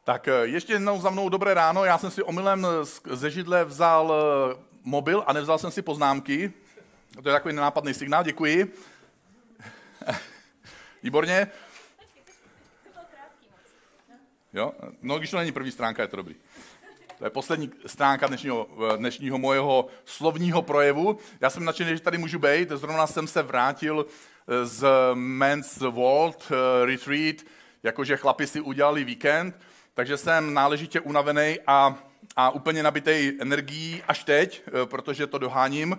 Tak ještě jednou za mnou dobré ráno. Já jsem si omylem ze židle vzal mobil a nevzal jsem si poznámky. To je takový nenápadný signál, děkuji. Výborně. Jo? No, když to není první stránka, je to dobrý. To je poslední stránka dnešního mojeho slovního projevu. Já jsem nadšený, že tady můžu být. Zrovna jsem se vrátil z Men's World Retreat, jakože chlapi si udělali víkend, takže jsem náležitě unavený a úplně nabitej energií až teď, protože to doháním.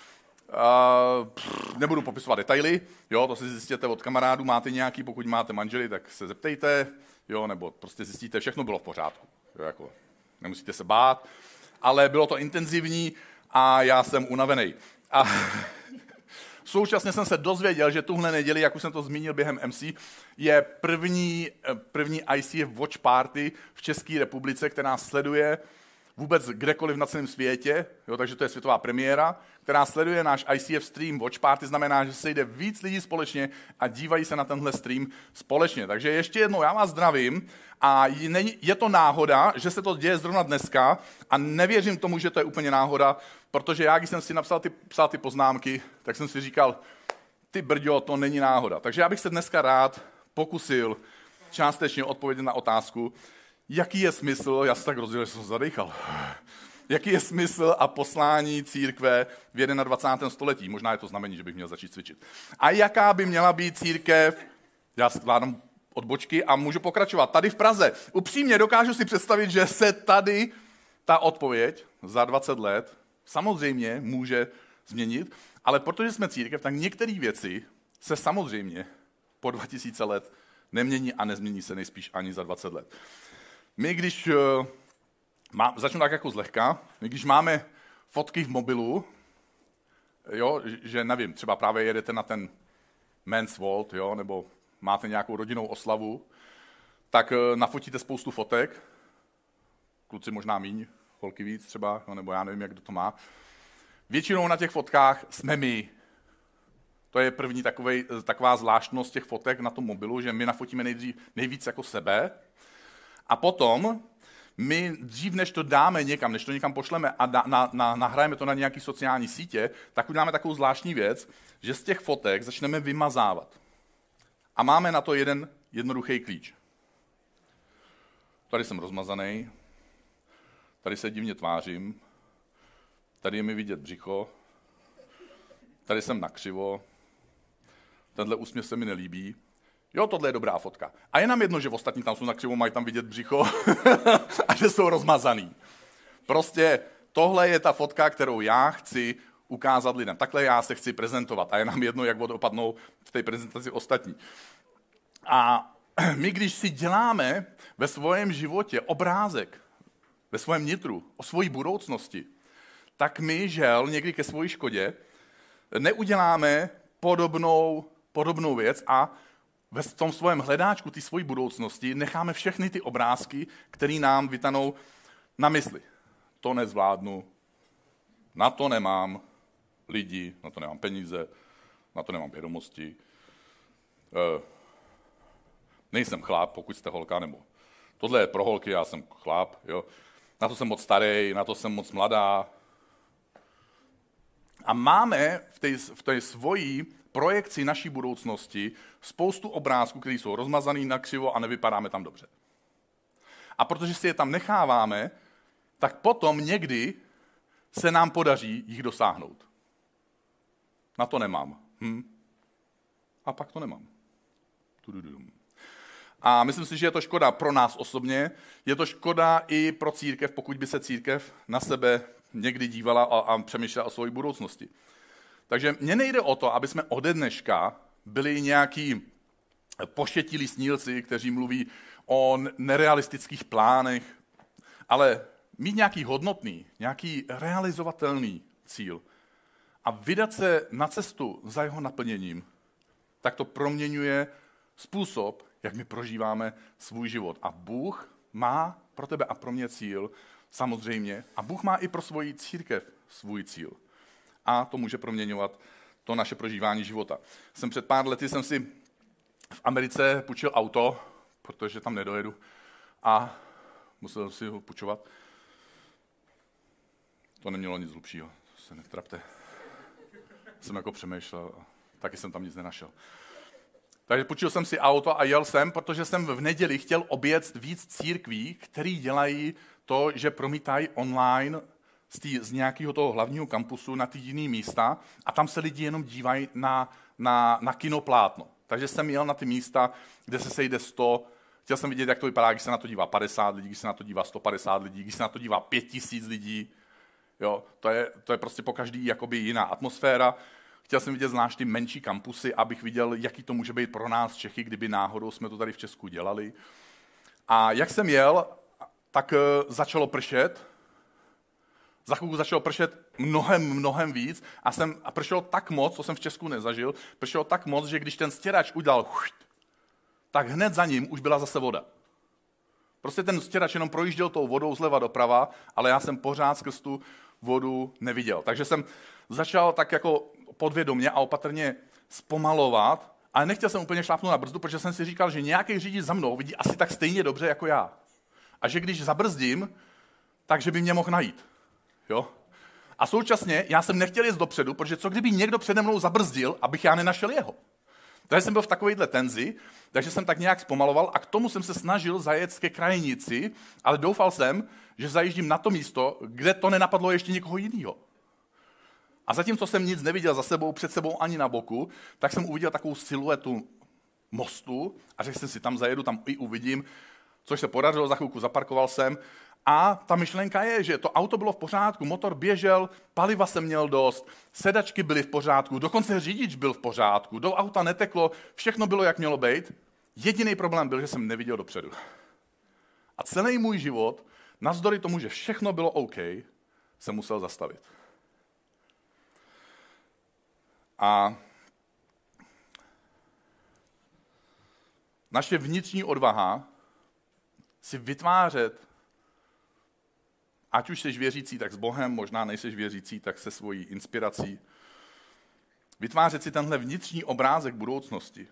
Nebudu popisovat detaily, jo, to si zjistíte od kamarádů, máte nějaký, pokud máte manžely, tak se zeptejte, jo, nebo prostě zjistíte, všechno bylo v pořádku, jo, jako, nemusíte se bát, ale bylo to intenzivní a já jsem unavený. A současně jsem se dozvěděl, že tuhle neděli, jak už jsem to zmínil během MC, je první ICF Watch Party v České republice, která sleduje vůbec kdekoliv na celém světě, jo, takže to je světová premiéra, která sleduje náš ICF stream Watch Party, znamená, že se jde víc lidí společně a dívají se na tenhle stream společně. Takže ještě jednou já vás zdravím a je to náhoda, že se to děje zrovna dneska a nevěřím tomu, že to je úplně náhoda, protože já, když jsem si psal ty poznámky, tak jsem si říkal, ty brďo, to není náhoda. Takže já bych se dneska rád pokusil částečně odpovědět na otázku, jaký je smysl, já se tak rozdělil, že jsem zadechal, jaký je smysl a poslání církve v 21. století? Možná je to znamení, že bych měl začít cvičit. A jaká by měla být církev? Já skládám odbočky a můžu pokračovat. Tady v Praze. Upřímně dokážu si představit, že se tady ta odpověď za 20 let samozřejmě může změnit, ale protože jsme církev, tak některé věci se samozřejmě po 2000 let nemění a nezmění se nejspíš ani za 20 let. My, když začnu tak jako zlehka, my když máme fotky v mobilu, jo, že nevím, třeba právě jedete na ten Men's World, jo, nebo máte nějakou rodinnou oslavu, tak nafotíte spoustu fotek, kluci možná míň, holky víc třeba, jo, nebo já nevím, jak kdo to má. Většinou na těch fotkách jsme my. To je první taková zvláštnost těch fotek na tom mobilu, že my nafotíme nejvíc jako sebe a potom my dřív, než to dáme někam, než to někam pošleme a nahrajeme to na nějaké sociální sítě, tak uděláme takovou zvláštní věc, že z těch fotek začneme vymazávat. A máme na to jeden jednoduchý klíč. Tady jsem rozmazaný, tady se divně tvářím, tady je mi vidět břicho, tady jsem nakřivo, tenhle úsměv se mi nelíbí. Jo, tohle je dobrá fotka. A je nám jedno, že ostatní tam jsou nakřivo, mají tam vidět břicho a že jsou rozmazaný. Prostě tohle je ta fotka, kterou já chci ukázat lidem. Takhle já se chci prezentovat a je nám jedno, jak odopadnou v té prezentaci ostatní. A my, když si děláme ve svém životě obrázek, ve svém nitru, o svojí budoucnosti, tak my, žel, někdy ke svojí škodě, neuděláme podobnou věc a v tom svém hledáčku té svojí budoucnosti necháme všechny ty obrázky, které nám vytanou na mysli. To nezvládnu, na to nemám lidi, na to nemám peníze, na to nemám vědomosti, nejsem chlap, pokud jste holka, nebo tohle je pro holky, já jsem chlap, jo. Na to jsem moc starý, na to jsem moc mladá. A máme v té svojí projekci naší budoucnosti spoustu obrázků, které jsou rozmazaný nakřivo a nevypadáme tam dobře. A protože si je tam necháváme, tak potom někdy se nám podaří jich dosáhnout. Na to nemám. A pak to nemám. A myslím si, že je to škoda pro nás osobně, je to škoda i pro církev, pokud by se církev na sebe někdy dívala a přemýšlela o své budoucnosti. Takže mně nejde o to, aby jsme ode dneška byli nějaký pošetilí snílci, kteří mluví o nerealistických plánech, ale mít nějaký hodnotný, nějaký realizovatelný cíl a vydat se na cestu za jeho naplněním, tak to proměňuje způsob, jak my prožíváme svůj život. A Bůh má pro tebe a pro mě cíl, samozřejmě, a Bůh má i pro svoji církev svůj cíl. A to může proměňovat to naše prožívání života. Před pár lety jsem si v Americe půjčil auto, protože tam nedojedu. A musel si ho půjčovat. To nemělo nic hlubšího, se netrapte. Jsem jako přemýšlel a taky jsem tam nic nenašel. Takže půjčil jsem si auto a jel jsem, protože jsem v neděli chtěl objet víc církví, který dělají to, že promítají online z nějakého toho hlavního kampusu na ty jiné místa a tam se lidi jenom dívají na kinoplátno. Takže jsem jel na ty místa, kde se sejde 100. Chtěl jsem vidět, jak to vypadá, když se na to dívá 50 lidí, když se na to dívá 150 lidí, když se na to dívá 5000 lidí. Jo, to je prostě po každý jakoby jiná atmosféra. Chtěl jsem vidět zvlášť ty menší kampusy, abych viděl, jaký to může být pro nás Čechy, kdyby náhodou jsme to tady v Česku dělali. A jak jsem jel, tak začalo pršet. Za chvilku začalo pršet mnohem víc a pršelo tak moc, co jsem v Česku nezažil, pršelo tak moc, že když ten stěrač udělal tak hned za ním už byla zase voda. Prostě ten stěrač jenom projížděl tou vodou zleva doprava, ale já jsem pořád skrz tu vodu neviděl. Takže jsem začal tak jako podvědomě a opatrně zpomalovat, ale nechtěl jsem úplně šlápnout na brzdu, protože jsem si říkal, že nějaký řidič za mnou vidí asi tak stejně dobře jako já. A že když zabrzdím, takže by mě mohl najít. Jo? A současně já jsem nechtěl jít dopředu, protože co kdyby někdo přede mnou zabrzdil, abych já nenašel jeho. Takže jsem byl v takovéhle tenzi, takže jsem tak nějak zpomaloval a k tomu jsem se snažil zajet ke krajnici, ale doufal jsem, že zajíždím na to místo, kde to nenapadlo ještě někoho jiného. A zatímco jsem nic neviděl za sebou, před sebou ani na boku, tak jsem uviděl takovou siluetu mostu a řekl jsem si, tam zajedu, tam i uvidím, což se podařilo, za chvilku zaparkoval jsem. A ta myšlenka je, že to auto bylo v pořádku, motor běžel, paliva jsem měl dost, sedačky byly v pořádku, dokonce řidič byl v pořádku, do auta neteklo, všechno bylo, jak mělo být. Jediný problém byl, že jsem neviděl dopředu. A celý můj život, navzdory tomu, že všechno bylo OK, jsem musel zastavit. A naše vnitřní odvaha si vytvářet, ať už jsi věřící, tak s Bohem, možná nejseš věřící, tak se svojí inspirací, vytvářet si tenhle vnitřní obrázek budoucnosti.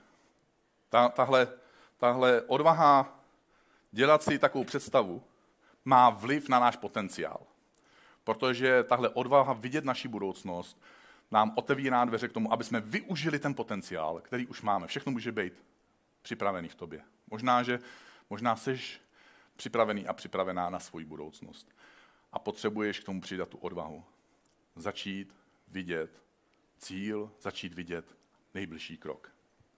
Tahle odvaha dělat si takovou představu má vliv na náš potenciál. Protože tahle odvaha vidět naši budoucnost nám otevírá dveře k tomu, aby jsme využili ten potenciál, který už máme. Všechno může být připravený v tobě. Možná seš připravený a připravená na svou budoucnost. A potřebuješ k tomu přidat tu odvahu. Začít vidět cíl, začít vidět nejbližší krok.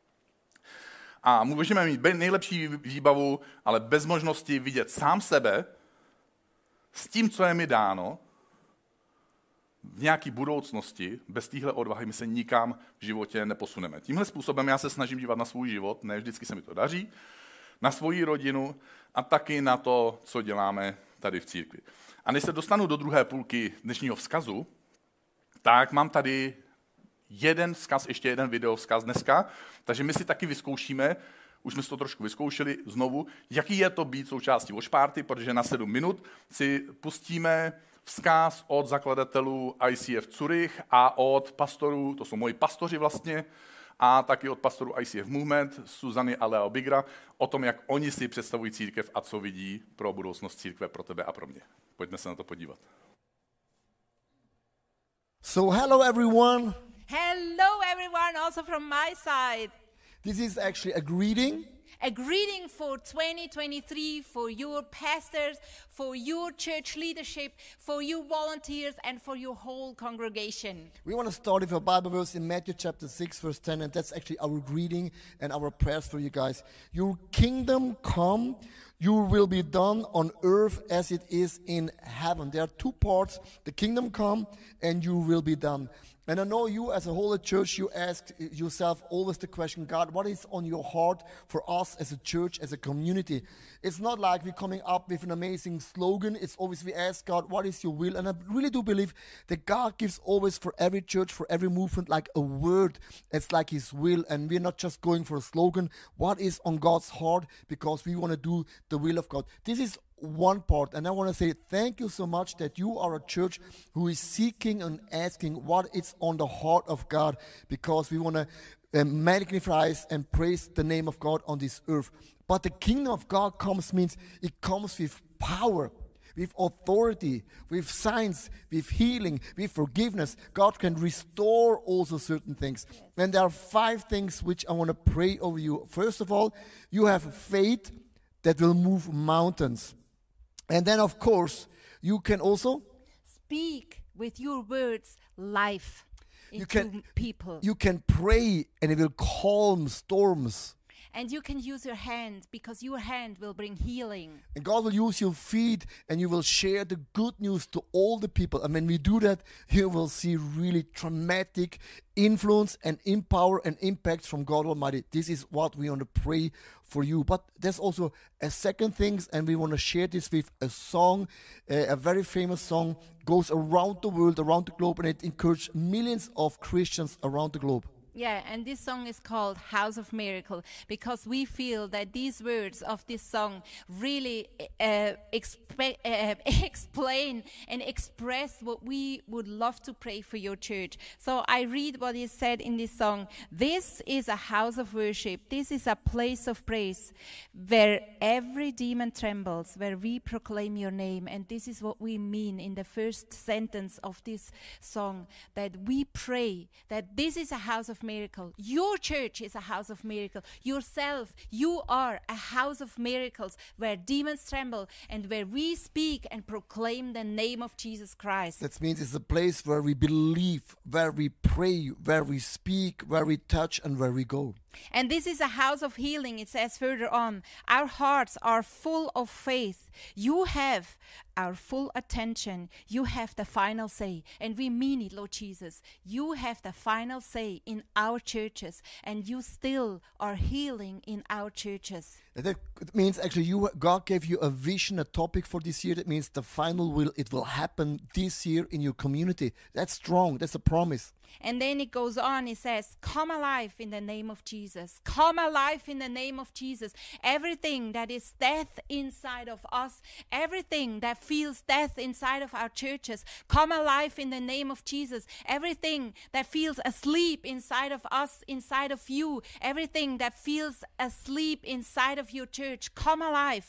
A můžeme mít nejlepší výbavu, ale bez možnosti vidět sám sebe s tím, co je mi dáno, v nějaké budoucnosti, bez téhle odvahy my se nikam v životě neposuneme. Tímhle způsobem já se snažím dívat na svůj život, ne vždycky se mi to daří, na svoji rodinu a taky na to, co děláme tady v církvi. A než se dostanu do druhé půlky dnešního vzkazu, tak mám tady jeden vzkaz, ještě jeden video vzkaz dneska, takže my si taky vyzkoušíme, už jsme si to trošku vyzkoušeli znovu, jaký je to být součástí Watch Party, protože na 7 minut si pustíme vzkaz od zakladatelů ICF Zurich a od pastorů, to jsou moji pastoři vlastně, a taky od pastorů ICF Movement, Suzany a Leo Bigra, o tom, jak oni si představují církev a co vidí pro budoucnost církve, pro tebe a pro mě. Pojďme se na to podívat. So hello everyone. Hello everyone, also from my side. This is actually a greeting. A greeting for 2023 for your pastors, for your church leadership, for you volunteers and for your whole congregation. We want to start with a Bible verse in Matthew chapter 6 verse 10, and that's actually our greeting and our prayers for you guys. Your kingdom come, your will be done on earth as it is in heaven. There are two parts, the kingdom come and your will be done. And I know you as a whole church, you ask yourself always the question, God, what is on your heart for us as a church, as a community? It's not like we're coming up with an amazing slogan. It's always we ask God, what is your will? And I really do believe that God gives always for every church, for every movement, like a word. It's like his will. And we're not just going for a slogan. What is on God's heart? Because we want to do the will of God. This is one part, and I want to say thank you so much that you are a church who is seeking and asking what is on the heart of God, because we want to magnify and praise the name of God on this earth. But the kingdom of God comes means it comes with power, with authority, with signs, with healing, with forgiveness. God can restore also certain things. And there are 5 things which I want to pray over you. First of all, you have faith that will move mountains. And then, of course, you can also Speak with your words life into can- people. you can pray and it will calm storms. And you can use your hand, because your hand will bring healing. And God will use your feet and you will share the good news to all the people. And when we do that, you will see really dramatic influence and empower and impact from God Almighty. This is what we want to pray for you. But there's also a second thing, and we want to share this with a song, a very famous song, goes around the world, around the globe, and it encourages millions of Christians around the globe. Yeah, and this song is called House of Miracle, because we feel that these words of this song really explain and express what we would love to pray for your church. So I read what is said in this song. This is a house of worship. This is a place of praise where every demon trembles, where we proclaim your name. And this is what we mean in the first sentence of this song, that we pray that this is a house of miracle. Your church is a house of miracle. Yourself, you are a house of miracles where demons tremble and where we speak and proclaim the name of Jesus Christ. That means it's a place where we believe, where we pray, where we speak, where we touch, and where we go. And this is a house of healing, it says further on. Our hearts are full of faith. You have our full attention. You have the final say. And we mean it, Lord Jesus. You have the final say in our churches. And you still are healing in our churches. That means actually God gave you a vision, a topic for this year. That means the final it will happen this year in your community. That's strong. That's a promise. And then it goes on, it says, come alive in the name of Jesus. Come alive in the name of Jesus. Everything that is death inside of us, everything that feels death inside of our churches, come alive in the name of Jesus. Everything that feels asleep inside of us, inside of you, everything that feels asleep inside of your church, come alive,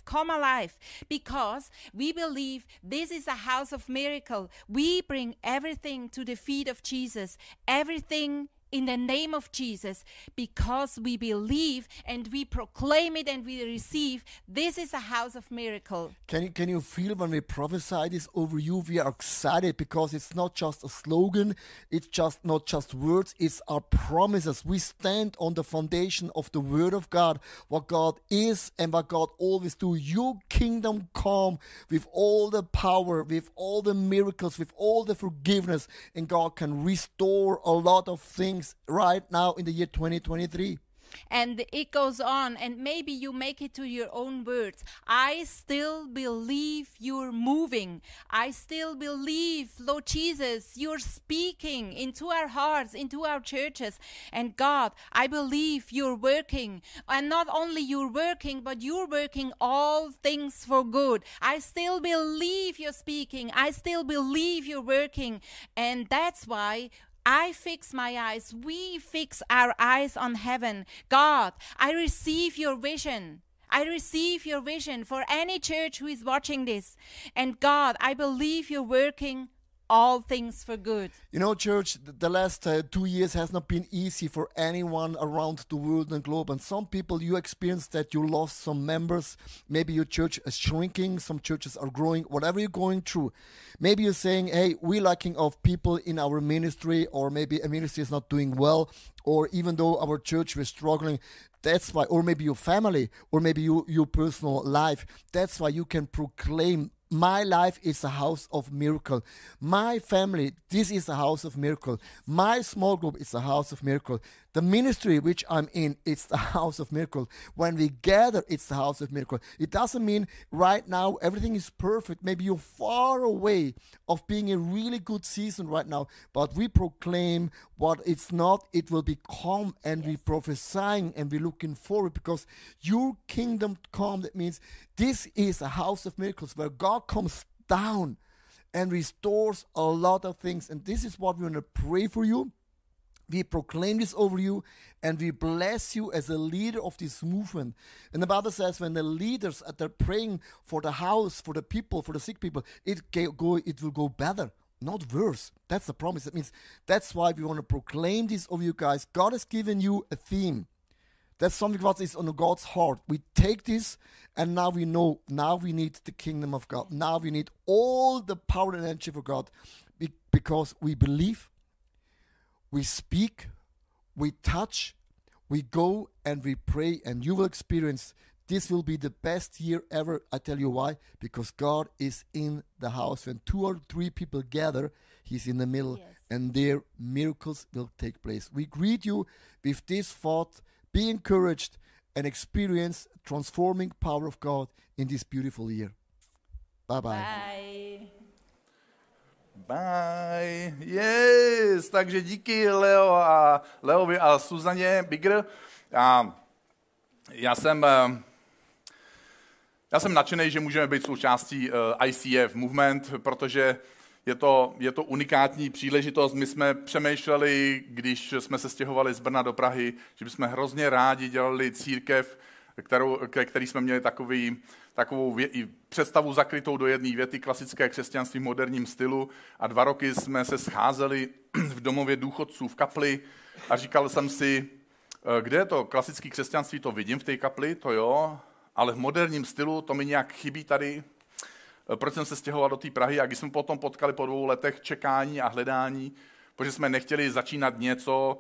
because we believe this is a house of miracle. We bring everything to the feet of Jesus. Everything in the name of Jesus, because we believe and we proclaim it and we receive. This is a house of miracle. Can you feel when we prophesy this over you? We are excited because it's not just a slogan. It's just not just words. It's our promises. We stand on the foundation of the Word of God, what God is and what God always do. Your kingdom come with all the power, with all the miracles, with all the forgiveness, and God can restore a lot of things right now in the year 2023. And it goes on, and maybe you make it to your own words. I still believe you're moving. I still believe, Lord Jesus, you're speaking into our hearts, into our churches. And God, I believe you're working. And not only you're working, but you're working all things for good. I still believe you're speaking. I still believe you're working. And that's why I fix my eyes. We fix our eyes on heaven. God, I receive your vision. I receive your vision for any church who is watching this. And God, I believe you're working all things for good. You know, church, the last 2 years has not been easy for anyone around the world and globe. And some people, you experienced that you lost some members. Maybe your church is shrinking. Some churches are growing. Whatever you're going through. Maybe you're saying, hey, we're lacking of people in our ministry, or maybe a ministry is not doing well, or even though our church was struggling. That's why, or maybe your family, or maybe your personal life. That's why you can proclaim, my life is a house of miracle. My family, this is a house of miracle. My small group is a house of miracle. The ministry which I'm in, it's the house of miracle. When we gather, it's the house of miracle. It doesn't mean right now everything is perfect. Maybe you're far away of being a really good season right now. But we proclaim what it's not, it will become, and we prophesying and we're looking forward, because your kingdom come. That means this is a house of miracles where God comes down and restores a lot of things. And this is what we want to pray for you. We proclaim this over you and we bless you as a leader of this movement. And the Bible says when the leaders they're praying for the house, for the people, for the sick people, it will go better, not worse. That's the promise. That means that's why we want to proclaim this over you guys. God has given you a theme. That's something what is on God's heart. We take this and now we know, now we need the kingdom of God. Now we need all the power and energy for God because we believe, we speak, we touch, we go and we pray, and you will experience this will be the best year ever. I tell you why. Because God is in the house. When 2 or 3 people gather, He's in the middle, and their miracles will take place. We greet you with this thought. Be encouraged and experience transforming power of God in this beautiful year. Bye-bye. Bye. Bye. Yes. Takže díky Leovi a Suzaně Bigger. Já jsem nadšený, že můžeme být součástí ICF Movement, protože je to unikátní příležitost. My jsme přemýšleli, když jsme se stěhovali z Brna do Prahy, že bychom hrozně rádi dělali církev, který jsme měli takovou představu zakrytou do jedné věty, klasické křesťanství v moderním stylu. A 2 roky jsme se scházeli v domově důchodců v kapli a říkal jsem si, kde je to klasické křesťanství, to vidím v té kapli, to jo, ale v moderním stylu to mi nějak chybí tady. Proč jsem se stěhoval do té Prahy a když jsme potom potkali po 2 letech čekání a hledání, protože jsme nechtěli začínat něco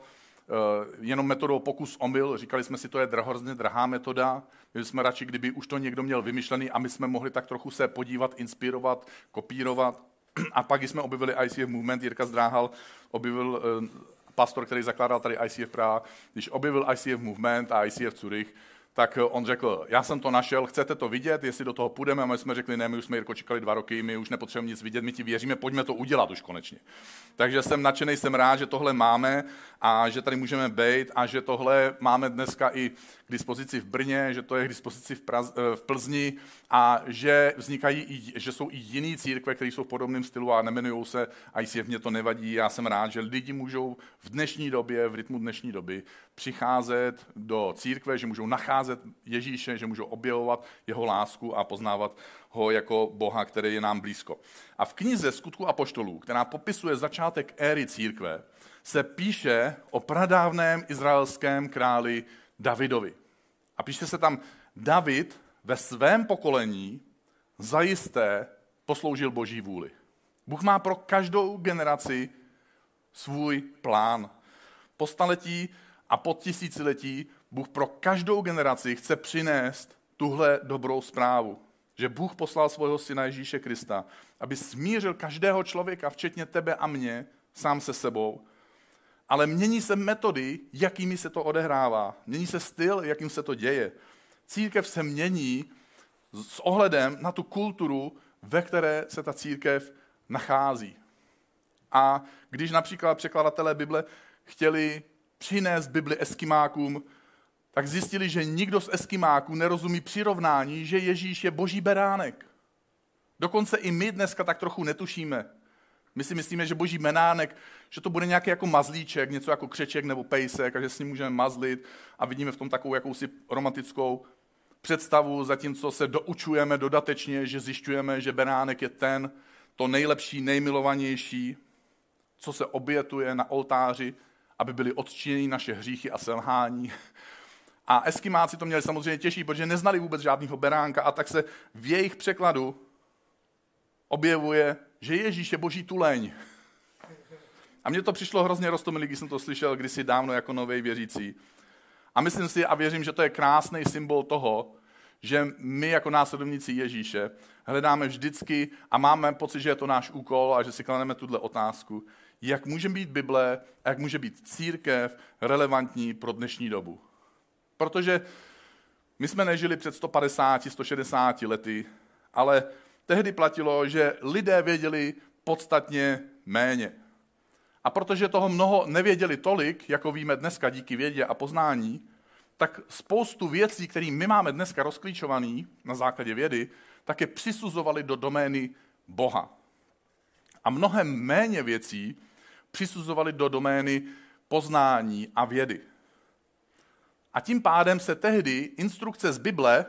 jenom metodou pokus omyl, říkali jsme si, to je hrozně drahá metoda, my jsme radši, kdyby už to někdo měl vymyšlený a my jsme mohli tak trochu se podívat, inspirovat, kopírovat. A pak, když jsme objevili ICF Movement, Jirka Zdráhal objevil, pastor, který zakládal tady ICF Praha, když objevil ICF Movement a ICF Zurich, tak on řekl, já jsem to našel, chcete to vidět, jestli do toho půjdeme? A my jsme řekli, ne, my už jsme, Jirko, čekali 2 roky, my už nepotřebujeme nic vidět, my ti věříme, pojďme to udělat už konečně. Takže jsem nadšený, jsem rád, že tohle máme a že tady můžeme být a že tohle máme dneska i k dispozici v Brně, že to je k dispozici v Plzni a že vznikají, že jsou i jiný církve, které jsou v podobném stylu a nemenujou se ICF, mě to nevadí. Já jsem rád, že lidi můžou v dnešní době, v rytmu dnešní doby přicházet do církve, že můžou nacházet Ježíše, že můžou objevovat jeho lásku a poznávat ho jako Boha, který je nám blízko. A v knize Skutků apoštolů, která popisuje začátek éry církve, se píše o pradávném izraelském králi Davidovi. A píše se tam, David ve svém pokolení zajisté posloužil Boží vůli. Bůh má pro každou generaci svůj plán. Po staletí a po tisíciletí Bůh pro každou generaci chce přinést tuhle dobrou zprávu. Že Bůh poslal svého syna Ježíše Krista, aby smířil každého člověka, včetně tebe a mě, sám se sebou. Ale mění se metody, jakými se to odehrává. Mění se styl, jakým se to děje. Církev se mění s ohledem na tu kulturu, ve které se ta církev nachází. A když například překladatelé Bible chtěli přinést Bibli Eskimákům, tak zjistili, že nikdo z Eskimáků nerozumí přirovnání, že Ježíš je boží beránek. Dokonce i my dneska tak trochu netušíme. My si myslíme, že boží beránek, že to bude nějaký jako mazlíček, něco jako křeček nebo pejsek a že s ním můžeme mazlit a vidíme v tom takovou jakousi romantickou představu, zatímco se doučujeme dodatečně, že zjišťujeme, že beránek je to nejlepší, nejmilovanější, co se obětuje na oltáři, aby byly odčiněny naše hříchy a selhání. A Eskimáci to měli samozřejmě těžší, protože neznali vůbec žádného beránka a tak se v jejich překladu objevuje, že Ježíš je boží tuleň. A mně to přišlo hrozně roztomilý, když jsem to slyšel kdysi dávno jako nový věřící. A myslím si a věřím, že to je krásný symbol toho, že my jako následovníci Ježíše hledáme vždycky a máme pocit, že je to náš úkol a že si klademe tuhle otázku, jak může být Bible a jak může být církev relevantní pro dnešní dobu. Protože my jsme nežili před 150, 160 lety, ale tehdy platilo, že lidé věděli podstatně méně. A protože toho mnoho nevěděli tolik, jako víme dneska díky vědě a poznání, tak spoustu věcí, které my máme dneska rozklíčovaný na základě vědy, tak je přisuzovali do domény Boha. A mnohem méně věcí přisuzovali do domény poznání a vědy. A tím pádem se tehdy instrukce z Bible,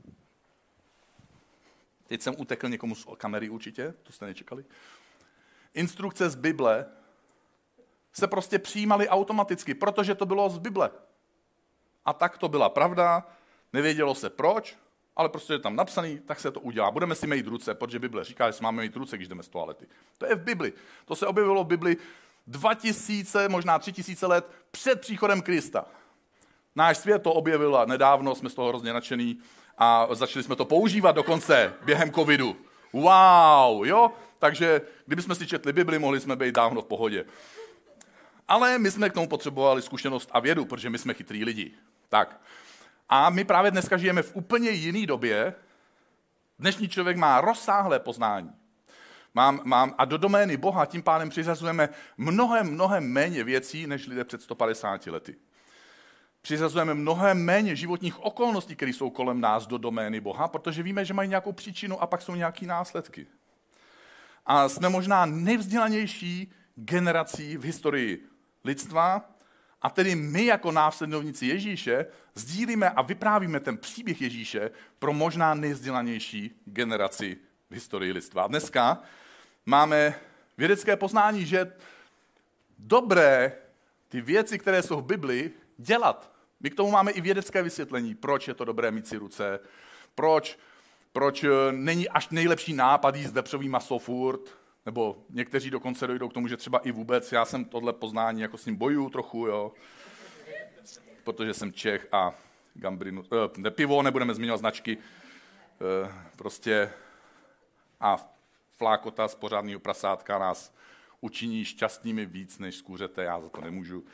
teď jsem utekl někomu z kamery určitě, to jste nečekali, instrukce z Bible se prostě přijímaly automaticky, protože to bylo z Bible. A tak to byla pravda, nevědělo se proč, ale prostě je tam napsaný, tak se to udělá. Budeme si mít ruce, protože Bible říká, že si máme mít ruce, když jdeme z toalety. To je v Bibli. To se objevilo v Bibli 2000, možná 3000 let před příchodem Krista. Náš svět to objevil a nedávno jsme z toho hrozně nadšený a začali jsme to používat dokonce během covidu. Wow, jo? Takže kdybychom si četli Bibli, mohli jsme být dávno v pohodě. Ale my jsme k tomu potřebovali zkušenost a vědu, protože my jsme chytrý lidi. Tak. A my právě dneska žijeme v úplně jiné době. Dnešní člověk má rozsáhlé poznání. A do domény Boha tím pádem přiřazujeme mnohem méně věcí, než lidé před 150 lety. Přiřazujeme mnohem méně životních okolností, které jsou kolem nás do domény Boha, protože víme, že mají nějakou příčinu a pak jsou nějaké následky. A jsme možná nejvzdělanější generací v historii lidstva, a tedy my jako následovníci Ježíše sdílíme a vyprávíme ten příběh Ježíše pro možná nejvzdělanější generaci v historii lidstva. A dneska máme vědecké poznání, že dobré ty věci, které jsou v Bibli, dělat. My k tomu máme i vědecké vysvětlení, proč je to dobré mít si ruce, proč není až nejlepší nápad jíst vepřový maso furt, nebo někteří dokonce dojdou k tomu, že třeba i vůbec, já jsem tohle poznání, jako s ním bojuju trochu, jo, protože jsem Čech a gambrinu, pivo, nebudeme zmiňovat značky, prostě a flákota z pořádného prasátka nás učiní šťastnými víc než z kuřete, já za to nemůžu.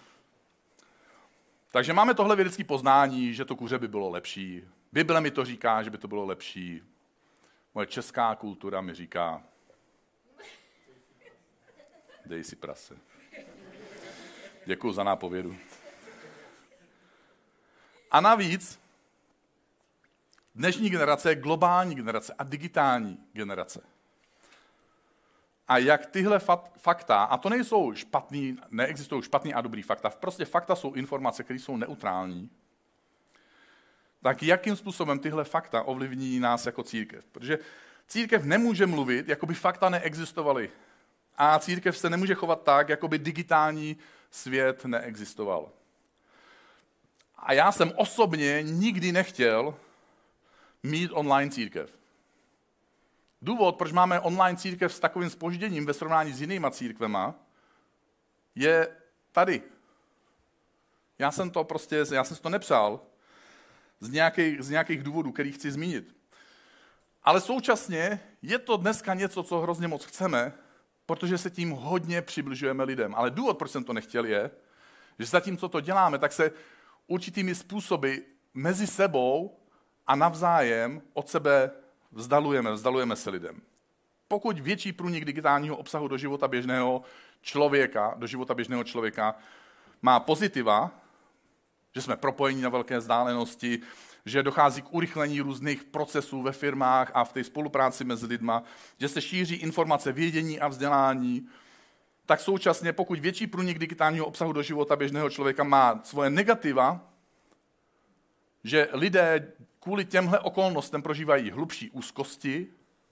Takže máme tohle vědecké poznání, že to kuře by bylo lepší. Bible mi to říká, že by to bylo lepší. Moje česká kultura mi říká, dej si prase. Děkuju za nápovědu. A navíc dnešní generace je globální generace a digitální generace. A jak tyhle fakta, a to nejsou špatný, neexistují špatný a dobrý fakta, prostě fakta jsou informace, které jsou neutrální, tak jakým způsobem tyhle fakta ovlivní nás jako církev? Protože církev nemůže mluvit, jako by fakta neexistovaly. A církev se nemůže chovat tak, jako by digitální svět neexistoval. A já jsem osobně nikdy nechtěl mít online církev. Důvod, proč máme online církev s takovým zpožděním ve srovnání s jinýma církvema, je tady. Já jsem si to nepřál z nějakých důvodů, který chci zmínit. Ale současně je to dneska něco, co hrozně moc chceme, protože se tím hodně přibližujeme lidem. Ale důvod, proč jsem to nechtěl, je, že zatímco to děláme, tak se určitými způsoby mezi sebou a navzájem od sebe vzdalujeme se lidem. Pokud větší průnik digitálního obsahu do života běžného člověka má pozitiva, že jsme propojeni na velké vzdálenosti, že dochází k urychlení různých procesů ve firmách a v té spolupráci mezi lidma, že se šíří informace, vědění a vzdělání, tak současně, pokud větší průnik digitálního obsahu do života běžného člověka má svoje negativa, že lidé kvůli těmhle okolnostem prožívají hlubší úzkosti,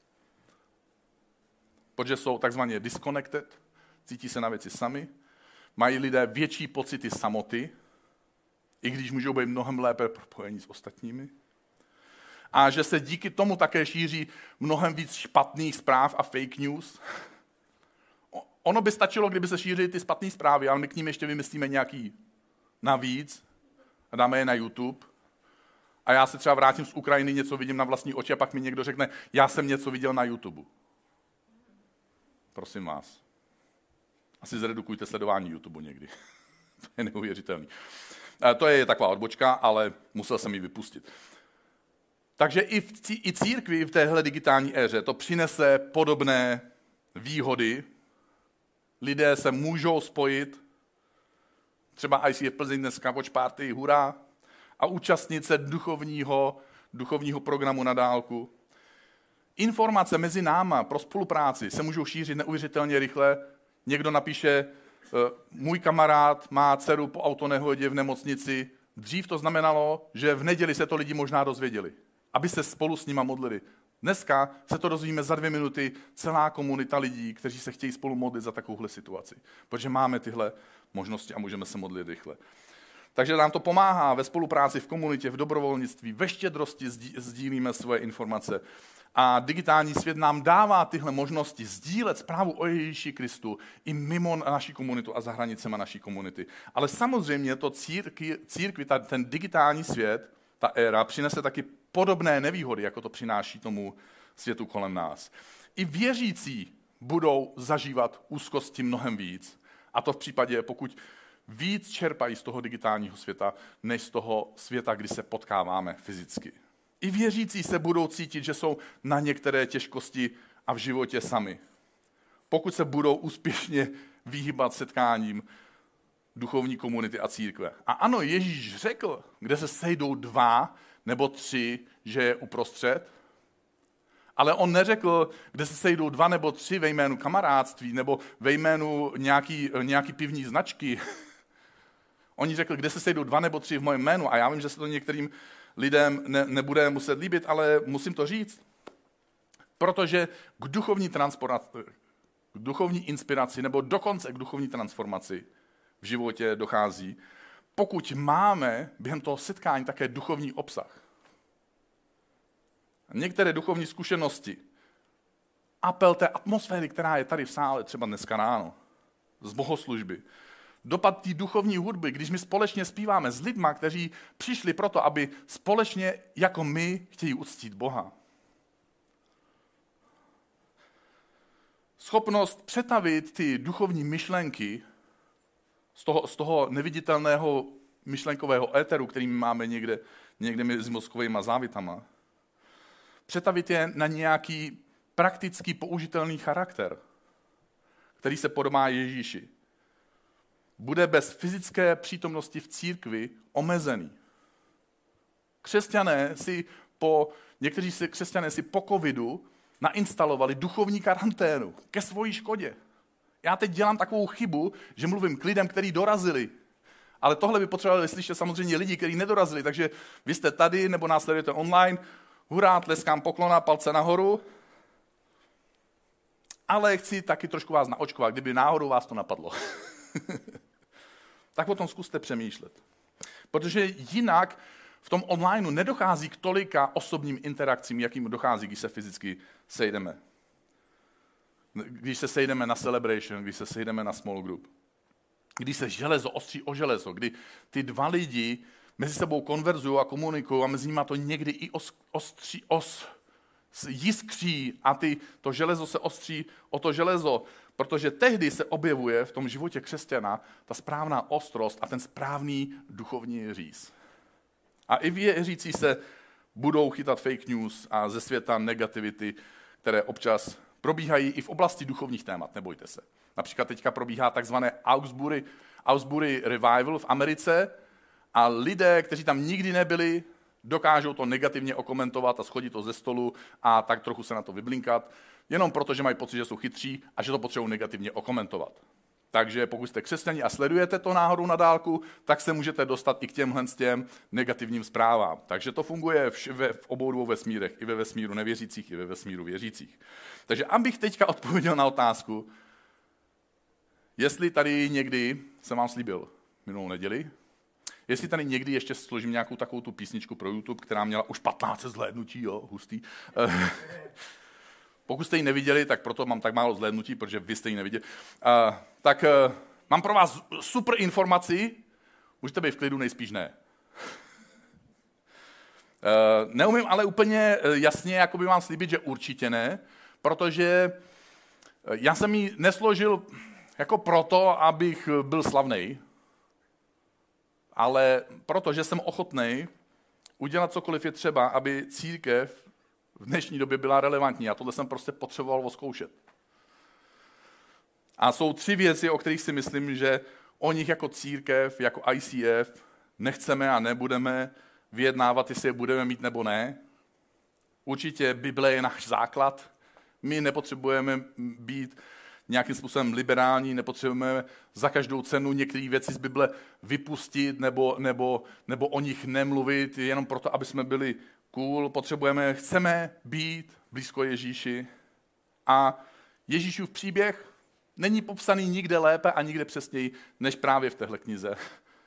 protože jsou takzvaně disconnected, cítí se na věci sami, mají lidé větší pocity samoty, i když můžou být mnohem lépe propojení s ostatními. A že se díky tomu také šíří mnohem víc špatných zpráv a fake news. Ono by stačilo, kdyby se šířily ty špatné zprávy, ale my k ním ještě vymyslíme nějaký navíc a dáme je na YouTube. A já se třeba vrátím z Ukrajiny, něco vidím na vlastní oči a pak mi někdo řekne, já jsem něco viděl na YouTube. Prosím vás. Asi zredukujte sledování YouTube někdy. To je neuvěřitelný. To je taková odbočka, ale musel jsem ji vypustit. Takže i církvi v téhle digitální éře to přinese podobné výhody. Lidé se můžou spojit, třeba ICF Plzeň dneska watch party, hurá, a účastnit se duchovního programu na dálku. Informace mezi náma pro spolupráci se můžou šířit neuvěřitelně rychle. Někdo napíše můj kamarád má dceru po autonehodě v nemocnici. Dřív to znamenalo, že v neděli se to lidi možná dozvěděli, aby se spolu s nima modlili. Dneska se to dozvíme za 2 minuty celá komunita lidí, kteří se chtějí spolu modlit za takovouhle situaci. Protože máme tyhle možnosti a můžeme se modlit rychle. Takže nám to pomáhá ve spolupráci, v komunitě, v dobrovolnictví, ve štědrosti sdílíme svoje informace. A digitální svět nám dává tyhle možnosti sdílet zprávu o Ježíši Kristu i mimo naší komunitu a za hranicema naší komunity. Ale samozřejmě to církvi, ten digitální svět, ta éra, přinese taky podobné nevýhody, jako to přináší tomu světu kolem nás. I věřící budou zažívat úzkosti mnohem víc. A to v případě, pokud víc čerpají z toho digitálního světa, než z toho světa, kdy se potkáváme fyzicky. I věřící se budou cítit, že jsou na některé těžkosti a v životě sami. Pokud se budou úspěšně vyhýbat setkáním duchovní komunity a církve. A ano, Ježíš řekl, kde se sejdou 2 nebo 3, že je uprostřed. Ale on neřekl, kde se sejdou 2 nebo 3 ve jménu kamarádství nebo ve jménu nějaký pivní značky. Oni řekl, kde se sejdou 2 nebo 3 v mém jménu. A já vím, že se to některým lidem nebude muset líbit, ale musím to říct. Protože k duchovní inspiraci nebo dokonce k duchovní transformaci v životě dochází, pokud máme během toho setkání také duchovní obsah. Některé duchovní zkušenosti, apel té atmosféry, která je tady v sále, třeba dneska ráno, z bohoslužby, dopad té duchovní hudby, když my společně zpíváme s lidma, kteří přišli proto, aby společně jako my chtějí uctít Boha. Schopnost přetavit ty duchovní myšlenky z toho neviditelného myšlenkového éteru, který my máme někde mezi mozkovými závitama, přetavit je na nějaký praktický použitelný charakter, který se podobá Ježíši. Bude bez fyzické přítomnosti v církvi omezený. Někteří křesťané si po covidu nainstalovali duchovní karanténu ke svojí škodě. Já teď dělám takovou chybu, že mluvím k lidem, kteří dorazili. Ale tohle by potřebovali slyšet samozřejmě lidi, kteří nedorazili. Takže vy jste tady nebo nás sledujete online. Hurá, tleskám, poklona, palce nahoru. Ale chci taky trošku vás naočkovat, kdyby náhodou vás to napadlo. Tak o tom zkuste přemýšlet. Protože jinak v tom onlineu nedochází k tolika osobním interakcím, jakým dochází, když se fyzicky sejdeme. Když se sejdeme na celebration, když se sejdeme na small group. Když se železo ostří o železo, kdy ty 2 lidi mezi sebou konverzují a komunikují a mezi nimi to někdy i jiskří a to železo se ostří o to železo, protože tehdy se objevuje v tom životě křesťana ta správná ostrost a ten správný duchovní říz. A i věřící se budou chytat fake news a ze světa negativity, které občas probíhají i v oblasti duchovních témat, nebojte se. Například teďka probíhá takzvané Augsbury Revival v Americe a lidé, kteří tam nikdy nebyli, dokážou to negativně okomentovat a schodit to ze stolu a tak trochu se na to vyblinkat, jenom proto, že mají pocit, že jsou chytří a že to potřebují negativně okomentovat. Takže pokud jste křesťané a sledujete to náhodou na dálku, tak se můžete dostat i k těm negativním zprávám. Takže to funguje v obou 2 vesmírech, i ve vesmíru nevěřících, i ve vesmíru věřících. Takže abych teďka odpověděl na otázku, jestli tady někdy, jsem vám slíbil minulou neděli, jestli tady někdy ještě složím nějakou takovou tu písničku pro YouTube, která měla už 15 zhlédnutí, jo, hustý. Pokud jste ji neviděli, tak proto mám tak málo zhlédnutí, protože vy jste ji neviděli. Tak mám pro vás super informaci, můžete být v klidu, nejspíš ne. Neumím ale úplně jasně jakoby vám slíbit, že určitě ne, protože já jsem ji nesložil jako proto, abych byl slavnej, ale protože jsem ochotnej udělat cokoliv je třeba, aby církev v dnešní době byla relevantní. A tohle jsem prostě potřeboval odzkoušet. A jsou 3 věci, o kterých si myslím, že o nich jako církev, jako ICF nechceme a nebudeme vyjednávat, jestli je budeme mít nebo ne. Určitě Bible je náš základ. My nepotřebujeme být nějakým způsobem liberální, nepotřebujeme za každou cenu některé věci z Bible vypustit nebo o nich nemluvit, jenom proto, aby jsme byli cool. Chceme být blízko Ježíši. A Ježíšův příběh není popsaný nikde lépe a nikde přesněji, než právě v téhle knize.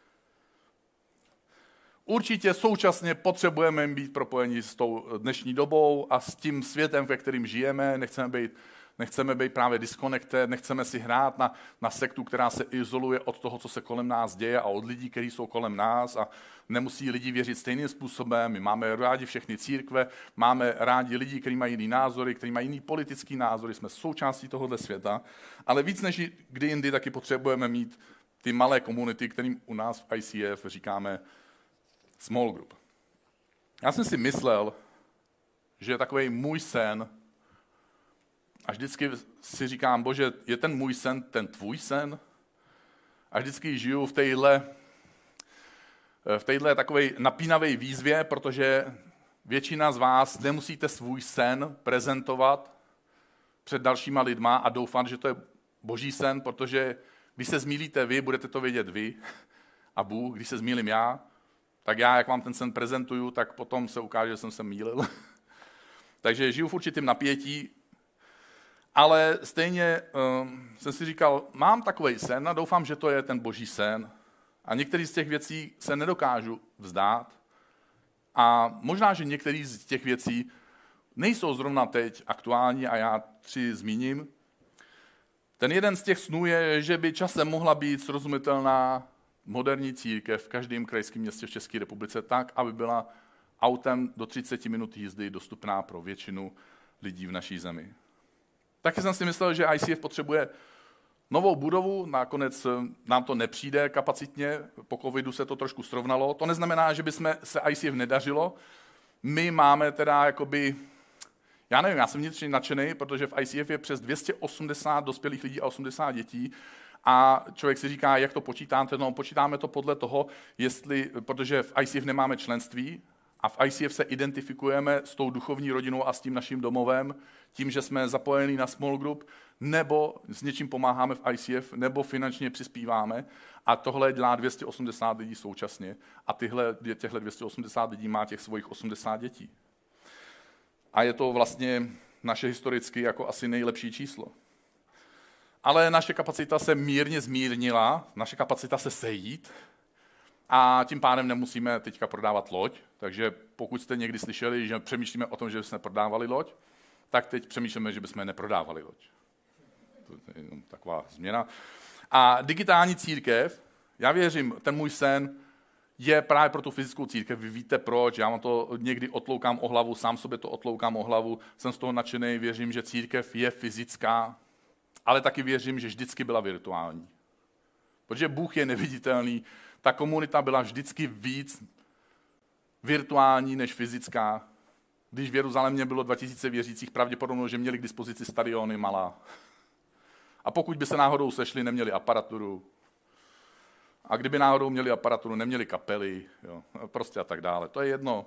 Určitě současně potřebujeme být propojeni s tou dnešní dobou a s tím světem, ve kterým žijeme. Nechceme být právě disconnected, nechceme si hrát na sektu, která se izoluje od toho, co se kolem nás děje a od lidí, kteří jsou kolem nás a nemusí lidi věřit stejným způsobem. My máme rádi všechny církve, máme rádi lidi, kteří mají jiný názory, kteří mají jiný politický názory, jsme součástí tohohle světa, ale víc než kdy jindy taky potřebujeme mít ty malé komunity, kterým u nás v ICF říkáme small group. Já jsem si myslel, že je takový můj sen, a vždycky si říkám, Bože, je ten můj sen ten tvůj sen? A vždycky žiju v téhle takové napínavé výzvě, protože většina z vás nemusíte svůj sen prezentovat před dalšíma lidma a doufat, že to je Boží sen, protože když se zmýlíte vy, budete to vědět vy a Bůh. Když se zmýlím já, tak já, jak vám ten sen prezentuju, tak potom se ukáže, že jsem se mýlil. Takže žiju v určitém napětí, ale stejně jsem si říkal, mám takovej sen a doufám, že to je ten Boží sen. A některé z těch věcí se nedokážu vzdát. A možná, že některé z těch věcí nejsou zrovna teď aktuální a já 3 zmíním. Ten jeden z těch snů je, že by časem mohla být srozumitelná moderní církev v každém krajském městě v České republice tak, aby byla autem do 30 minut jízdy dostupná pro většinu lidí v naší zemi. Taky jsem si myslel, že ICF potřebuje novou budovu, nakonec nám to nepřijde kapacitně, po covidu se to trošku srovnalo. To neznamená, že by se ICF nedařilo. My máme teda jakoby, já nevím, já jsem vnitřně nadšený, protože v ICF je přes 280 dospělých lidí a 80 dětí a člověk si říká, jak to počítáte, no počítáme to podle toho, protože v ICF nemáme členství, a v ICF se identifikujeme s tou duchovní rodinou a s tím naším domovem, tím, že jsme zapojení na small group, nebo s něčím pomáháme v ICF, nebo finančně přispíváme. A tohle dělá 280 lidí současně. A těchto 280 lidí má těch svojich 80 dětí. A je to vlastně naše historicky jako asi nejlepší číslo. Ale naše kapacita se mírně zmírnila, naše kapacita se sejít, a tím pádem nemusíme teďka prodávat loď, takže pokud jste někdy slyšeli, že přemýšlíme o tom, že bychom prodávali loď, tak teď přemýšlíme, že bychom neprodávali loď. To je jenom taková změna. A digitální církev, já věřím, ten můj sen je právě pro tu fyzickou církev. Vy víte proč, já vám to někdy otloukám o hlavu, sám sobě to otloukám o hlavu, jsem z toho nadšený, věřím, že církev je fyzická, ale taky věřím, že vždycky byla virtuální. Protože Bůh je neviditelný, ta komunita byla vždycky víc virtuální než fyzická. Když v Jeruzalémě bylo 2000 věřících, pravděpodobně, že měli k dispozici stadiony malá. A pokud by se náhodou sešli, neměli aparaturu. A kdyby náhodou měli aparaturu, neměli kapely, jo, prostě a tak dále. To je jedno.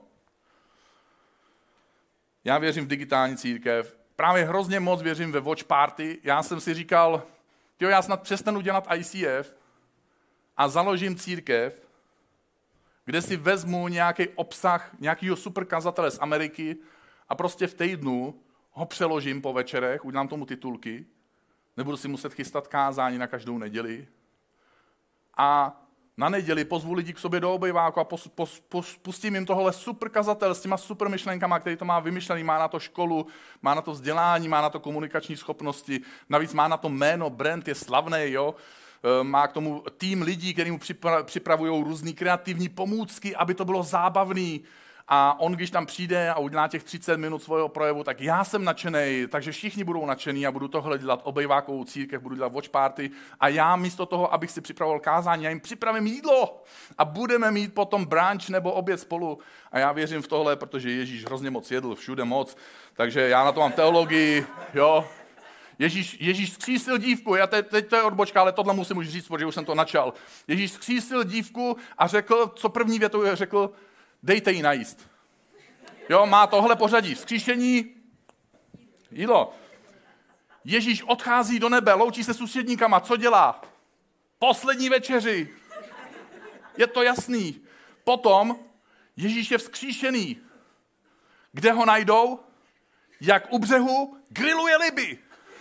Já věřím v digitální církev. Právě hrozně moc věřím ve watch party. Já jsem si říkal, já snad přestanu dělat ICF a založím církev, kde si vezmu nějaký obsah nějakého superkazatele z Ameriky a prostě v týdnu ho přeložím po večerech, udělám tomu titulky, nebudu si muset chystat kázání na každou neděli. A na neděli pozvu lidi k sobě do obejváku a pustím jim tohle superkazatel s těma super myšlenkama, který to má vymyšlený, má na to školu, má na to vzdělání, má na to komunikační schopnosti, navíc má na to jméno, brand je slavný, jo. Má k tomu tým lidí, kteří mu připravují různý kreativní pomůcky, aby to bylo zábavný. A on, když tam přijde a udělá těch 30 minut svého projevu, tak já jsem nadšenej, takže všichni budou nadšený a budu tohle dělat obejvákovou církev, budu dělat watch party. A já místo toho, abych si připravoval kázání, já jim připravím jídlo a budeme mít potom brunch nebo oběd spolu. A já věřím v tohle, protože Ježíš hrozně moc jedl, všude moc, takže já na to mám teologii, jo. Ježíš zkřísil dívku, teď to je odbočka, ale tohle musím už říct, protože už jsem to načal. Ježíš zkřísil dívku a řekl, co první větou je, řekl, dejte jí najíst. Jo, má tohle pořadí, vzkříšení, jídlo. Ježíš odchází do nebe, loučí se s učedníkama, co dělá? Poslední večeři. Je to jasný. Potom Ježíš je vzkříšený. Kde ho najdou? Jak u břehu grilluje ryby.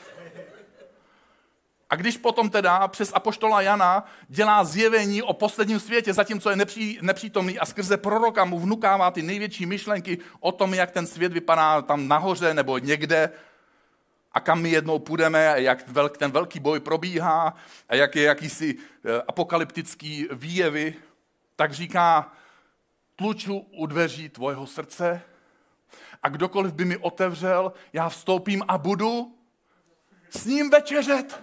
A když potom teda přes apoštola Jana dělá zjevení o posledním světě, zatímco je nepřítomný a skrze proroka mu vnukává ty největší myšlenky o tom, jak ten svět vypadá tam nahoře nebo někde a kam my jednou půjdeme, a jak ten velký boj probíhá a jak je jakýsi apokalyptický výjevy, tak říká, tluču u dveří tvojho srdce a kdokoliv by mi otevřel, já vstoupím a budu s ním večeřet.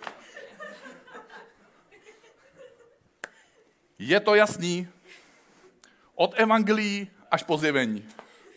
Je to jasný? Od evangelií až po zjevení.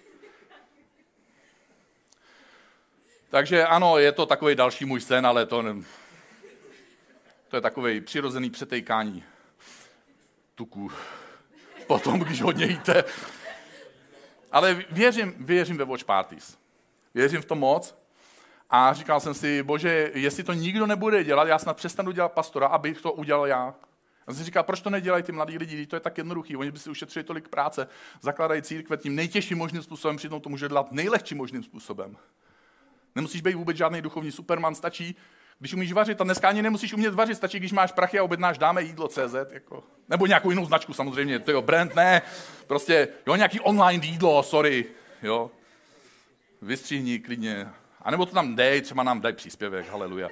Takže ano, je to takový další můj sen, ale to je takový přirozený přetejkání tuku. Potom, když hodně jíte. Ale věřím ve watch parties. Věřím v to moc. A říkal jsem si, Bože, jestli to nikdo nebude dělat, já snad přestanu dělat pastora, abych to udělal já. A jsem si říkal, proč to nedělají ty mladí lidi, to je tak jednoduchý, oni by si ušetřili tolik práce, zakládají církve tím nejtěžším možným způsobem, přitom to může dělat nejlehčím možným způsobem. Nemusíš být vůbec žádný duchovní superman, stačí, když umíš vařit, a dneska ani nemusíš umět vařit, stačí, když máš prachy a objednáš dáme jídlo.cz, jako. Nebo nějakou jinou značku samozřejmě, to jo, brand, ne, prostě, jo, nějaký online jídlo, sorry, jo, vystřihni klidně, a nebo to tam dej, třeba nám daj příspěvek, haleluja.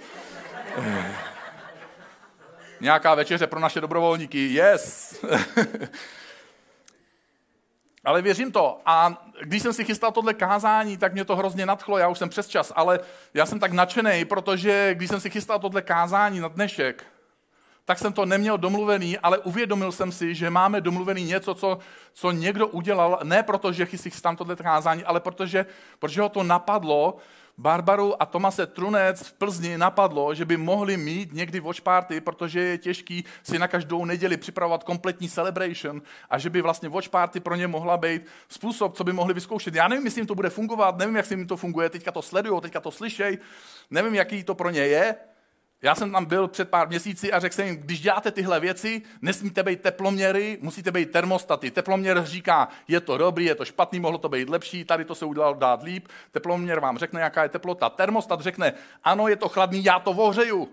Nějaká večeře pro naše dobrovolníky, yes. Ale věřím to. A když jsem si chystal tohle kázání, tak mě to hrozně nadchlo, já už jsem přes čas, ale já jsem tak nadšenej, protože když jsem si chystal tohle kázání na dnešek, tak jsem to neměl domluvený, ale uvědomil jsem si, že máme domluvený něco, co někdo udělal, ne proto, že si chystám tohle kázání, ale protože ho to napadlo. Barbaru a Tomase Trunec v Plzni napadlo, že by mohli mít někdy watch party, protože je těžký si na každou neděli připravovat kompletní celebration a že by vlastně watch party pro ně mohla být způsob, co by mohli vyzkoušet. Já nevím, jestli jim to bude fungovat, nevím, jak si jim to funguje, teďka to sledujou, teďka to slyšej, nevím, jaký to pro ně je. Já jsem tam byl před pár měsíci a řekl jsem jim, když děláte tyhle věci, nesmíte být teploměry, musíte být termostaty. Teploměr říká, je to dobrý, je to špatný, mohlo to být lepší, tady to se udělalo dát líp. Teploměr vám řekne, jaká je teplota. Termostat řekne, ano, je to chladný, já to ohřeju.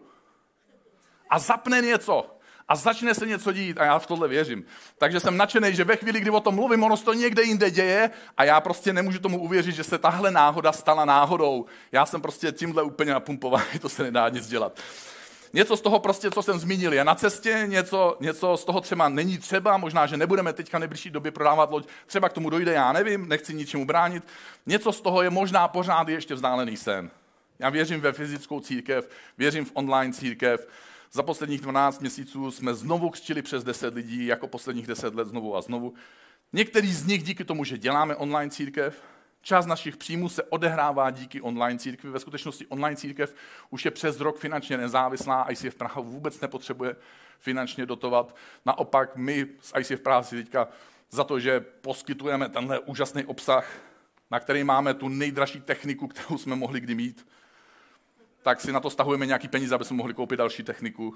A zapne něco. A začne se něco dít a já v tohle věřím. Takže jsem nadšený, že ve chvíli, kdy o tom mluvím, ono se to někde jinde děje a já prostě nemůžu tomu uvěřit, že se tahle náhoda stala náhodou. Já jsem prostě tímhle úplně napumpovaný, to se nedá nic dělat. Něco z toho prostě, co jsem zmínil, je na cestě, něco z toho třeba není třeba, možná, že nebudeme teďka v nejbližší době prodávat loď, třeba k tomu dojde, já nevím, nechci ničemu bránit. Něco z toho je možná pořád ještě vzdálený sen. Já věřím ve fyzickou církev, věřím v online církev. Za posledních 12 měsíců jsme znovu křtili přes 10 lidí, jako posledních 10 let znovu a znovu. Některý z nich díky tomu, že děláme online církev, část našich příjmů se odehrává díky online církvi. Ve skutečnosti online církev už je přes rok finančně nezávislá, ICF Praha vůbec nepotřebuje finančně dotovat. Naopak my z ICF Praha si teďka za to, že poskytujeme tenhle úžasný obsah, na který máme tu nejdražší techniku, kterou jsme mohli kdy mít, tak si na to stahujeme nějaký peníze, aby jsme mohli koupit další techniku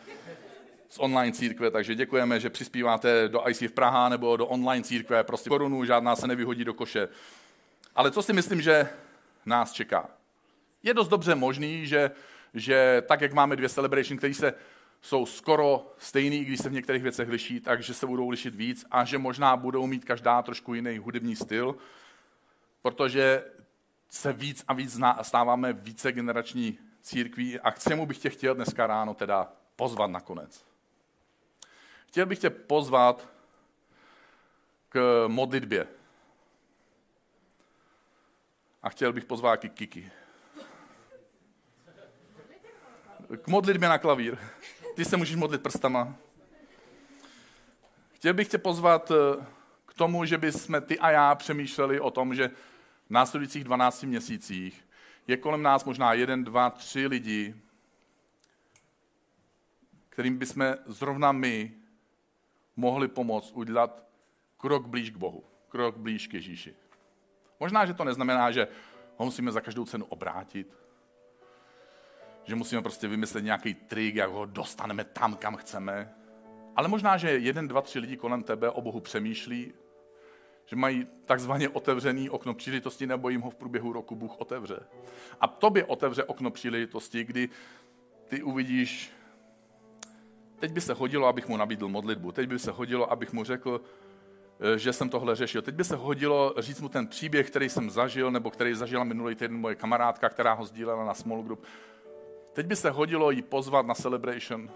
z online církve, takže děkujeme, že přispíváte do ICF Praha nebo do online církve, prostě korunu, žádná se nevyhodí do koše. Ale co si myslím, že nás čeká? Je dost dobře možný, že tak, jak máme 2 celebration, které jsou skoro stejný, když se v některých věcech liší, takže se budou lišit víc a že možná budou mít každá trošku jiný hudební styl, protože se víc a víc stáváme vícegenerační církví a k čemu bych tě chtěl dneska ráno teda pozvat nakonec. Chtěl bych tě pozvat k modlitbě. A chtěl bych pozvat i Kiki. K modlitbě na klavír. Ty se můžeš modlit prstama. Chtěl bych tě pozvat k tomu, že bychom ty a já přemýšleli o tom, že v následujících 12 měsících je kolem nás možná 1, 2, 3 lidi, kterým bychom zrovna my mohli pomoct udělat krok blíž k Bohu, krok blíž k Ježíši. Možná, že to neznamená, že ho musíme za každou cenu obrátit. že musíme prostě vymyslet nějaký trik, jak ho dostaneme tam, kam chceme. Ale možná, že 1, 2, 3 lidi kolem tebe o Bohu přemýšlí, že mají takzvaně otevřený okno příležitosti, nebo jim ho v průběhu roku Bůh otevře. A tobě otevře okno příležitosti, kdy ty uvidíš, teď by se hodilo, abych mu nabídl modlitbu, teď by se hodilo, abych mu řekl, že jsem tohle řešil. Teď by se hodilo říct mu ten příběh, který jsem zažil, nebo který zažila minulý týden moje kamarádka, která ho sdílela na small group. Teď by se hodilo jí pozvat na celebration.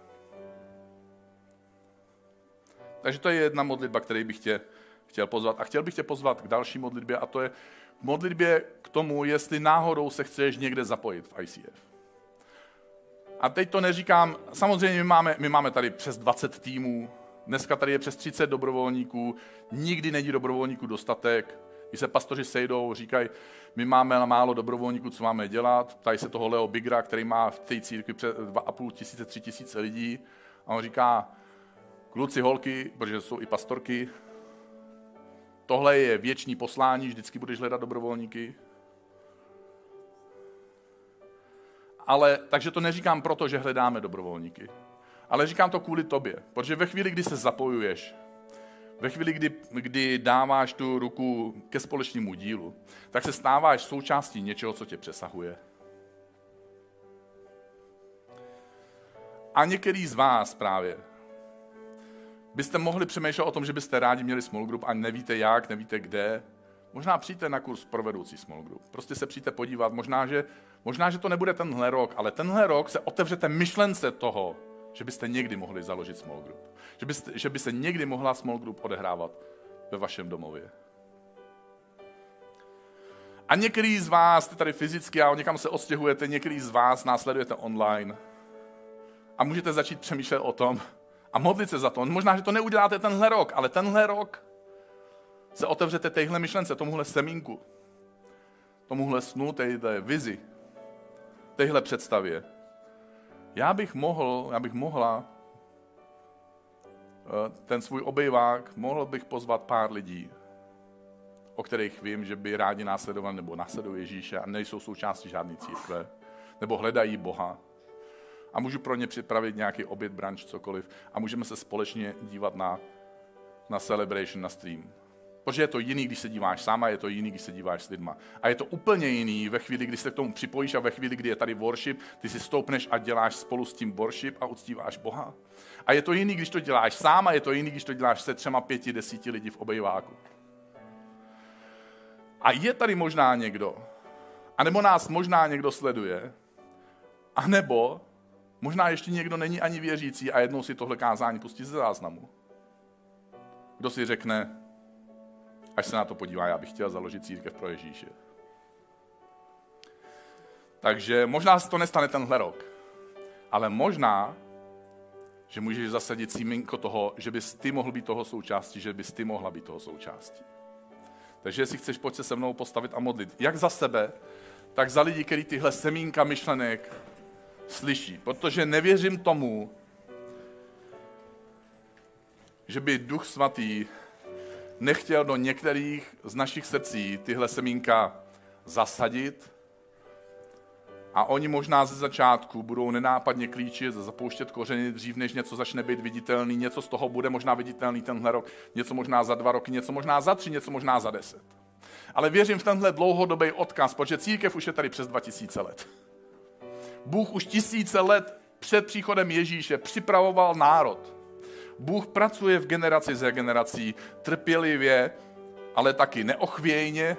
Takže to je jedna modlitba, který bych tě chtěl pozvat. A chtěl bych tě pozvat k další modlitbě, a to je modlitbě k tomu, jestli náhodou se chceš někde zapojit v ICF. A teď to neříkám, samozřejmě my máme tady přes 20 týmů, dneska tady je přes 30 dobrovolníků, nikdy není dobrovolníků dostatek. Když se pastoři sejdou, říkají, my máme málo dobrovolníků, co máme dělat. Tady se toho Leo Bigra, který má v té církvi přes 2 500, 3 000 lidí. A on říká, kluci, holky, protože jsou i pastorky, tohle je věčný poslání, vždycky budeš hledat dobrovolníky. Ale, takže to neříkám proto, že hledáme dobrovolníky. Ale říkám to kvůli tobě, protože ve chvíli, kdy se zapojuješ, ve chvíli, kdy dáváš tu ruku ke společnému dílu, tak se stáváš součástí něčeho, co tě přesahuje. A některý z vás právě byste mohli přemýšlet o tom, že byste rádi měli small group a nevíte jak, nevíte kde. Možná přijďte na kurz pro vedoucí small group. Prostě se přijďte podívat. Možná, že to nebude tenhle rok, ale tenhle rok se otevřete myšlence toho, že byste někdy mohli založit small group. Že by se někdy mohla small group odehrávat ve vašem domově. A některý z vás jste tady fyzicky a někam se odstěhujete, některý z vás následujete online. A můžete začít přemýšlet o tom a modlit se za to. Možná, že to neuděláte tenhle rok, ale tenhle rok se otevřete téhle myšlence, tomuhle semínku, tomuhle snu, téhle vizi, téhle představě. Já bych mohla ten svůj obejvák, mohl bych pozvat pár lidí, o kterých vím, že by rádi následovali nebo následují Ježíše a nejsou součástí žádné církve, nebo hledají Boha. A můžu pro ně připravit nějaký oběd, brunch, cokoliv a můžeme se společně dívat na celebration, na stream. Protože je to jiný, když se díváš sám a je to jiný, když se díváš s lidma. A je to úplně jiný ve chvíli, kdy se k tomu připojíš a ve chvíli, kdy je tady worship, ty si stoupneš a děláš spolu s tím worship a uctíváš Boha. A je to jiný, když to děláš sám a je to jiný, když to děláš se 3, 5, 10 lidí v obejváku. A je tady možná někdo, anebo nás možná někdo sleduje, anebo možná ještě někdo není ani věřící a jednou si tohle kázání pustí ze záznamu. Kdo si řekne, až se na to podívá, já bych chtěl založit církev pro Ježíše. Takže možná se to nestane tenhle rok, ale možná, že můžeš zasadit símínko toho, že bys ty mohl být toho součástí, že bys ty mohla být toho součástí. Takže jestli chceš, pojď se se mnou postavit a modlit. Jak za sebe, tak za lidi, kteří tyhle semínka myšlenek slyší. Protože nevěřím tomu, že by Duch Svatý nechtěl do některých z našich srdcí tyhle semínka zasadit a oni možná ze začátku budou nenápadně klíčit, zapouštět kořeny dřív, než něco začne být viditelný, něco z toho bude možná viditelný tenhle rok, něco možná za 2 roky, něco možná za 3, něco možná za 10. Ale věřím v tenhle dlouhodobý odkaz, protože církev už je tady přes 2000 let. Bůh už 1000 let před příchodem Ježíše připravoval národ. Bůh pracuje v generaci za generací trpělivě, ale taky neochvějně,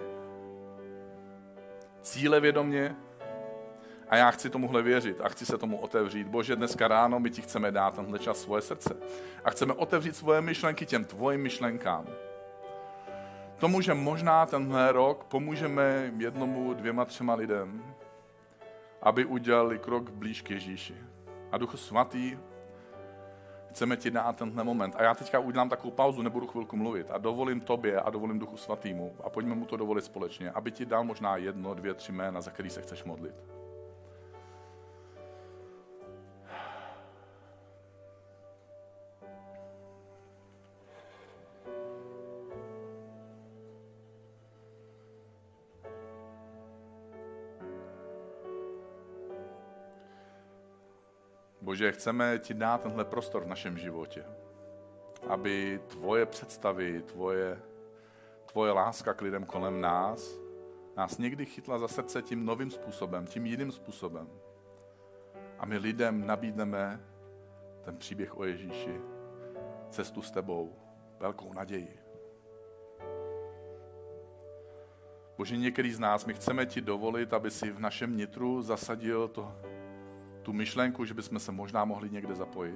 cílevědomě. A já chci tomuhle věřit a chci se tomu otevřít. Bože, dneska ráno my ti chceme dát tenhle čas svoje srdce. A chceme otevřít svoje myšlenky těm tvojim myšlenkám. Tomu, že možná tenhle rok pomůžeme 1, 2, 3 lidem, aby udělali krok blíž k Ježíši. A Duchu Svatý, chceme ti dát tenhle moment. A já teďka udělám takovou pauzu, nebudu chvilku mluvit. A dovolím tobě a dovolím Duchu Svatýmu. A pojďme mu to dovolit společně, aby ti dal možná 1, 2, 3 jména, za který se chceš modlit. Bože, chceme ti dát tenhle prostor v našem životě, aby tvoje představy, tvoje láska k lidem kolem nás někdy chytla za srdce tím novým způsobem, tím jiným způsobem. A my lidem nabídneme ten příběh o Ježíši, cestu s tebou, velkou naději. Bože, některý z nás, my chceme ti dovolit, aby si v našem nitru zasadil tu myšlenku, že bychom se možná mohli někde zapojit.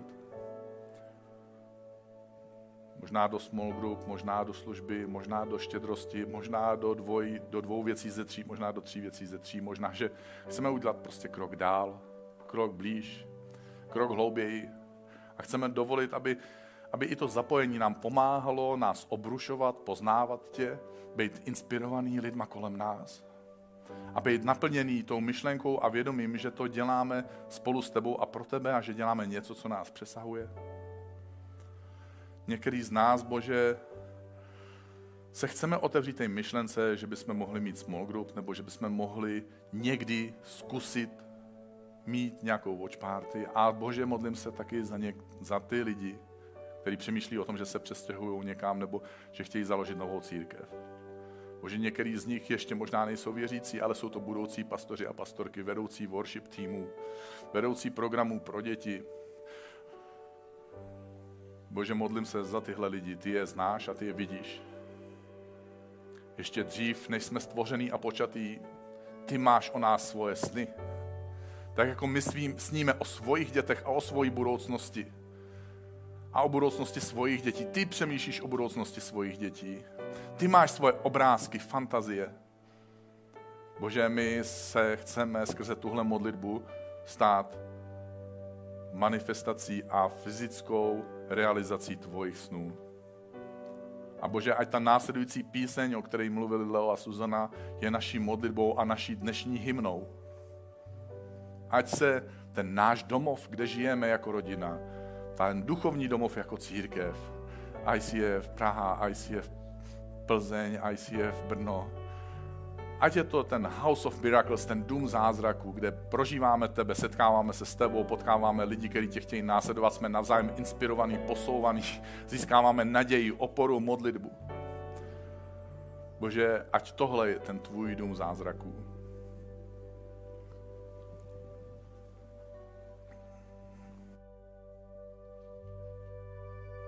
Možná do small group, možná do služby, možná do štědrosti, možná do 2 věcí ze 3, možná do 3 věcí ze 3, možná, že chceme udělat prostě krok dál, krok blíž, krok hlouběji a chceme dovolit, aby i to zapojení nám pomáhalo nás obrušovat, poznávat tě, být inspirovaný lidma kolem nás a být naplněný tou myšlenkou a vědomím, že to děláme spolu s tebou a pro tebe a že děláme něco, co nás přesahuje. Některý z nás, Bože, se chceme otevřít té myšlence, že bychom mohli mít small group, nebo že bychom mohli někdy zkusit mít nějakou watch party. A Bože, modlím se taky za ty lidi, kteří přemýšlí o tom, že se přestěhují někam, nebo že chtějí založit novou církev. Bože, některý z nich ještě možná nejsou věřící, ale jsou to budoucí pastoři a pastorky, vedoucí worship týmů, vedoucí programů pro děti. Bože, modlím se za tyhle lidi, ty je znáš a ty je vidíš. Ještě dřív, než jsme stvořený a počatý, ty máš o nás svoje sny. Tak jako my sníme o svojich dětech a o svojí budoucnosti a o budoucnosti svojich dětí, ty přemýšlíš o budoucnosti svojich dětí. Ty máš svoje obrázky, fantazie. Bože, my se chceme skrze tuhle modlitbu stát manifestací a fyzickou realizací tvojich snů. A Bože, ať ta následující píseň, o které mluvili Leo a Suzana, je naší modlitbou a naší dnešní hymnou. Ať se ten náš domov, kde žijeme jako rodina, ten duchovní domov jako církev, ICF Praha, ICF Plzeň, ICF Brno, ať je to ten House of Miracles, ten dům zázraku, kde prožíváme tebe, setkáváme se s tebou, potkáváme lidi, kteří tě chtějí následovat, jsme navzájem inspirovaní, posouvaní, získáváme naději, oporu, modlitbu. Bože, ať tohle je ten tvůj dům zázraku.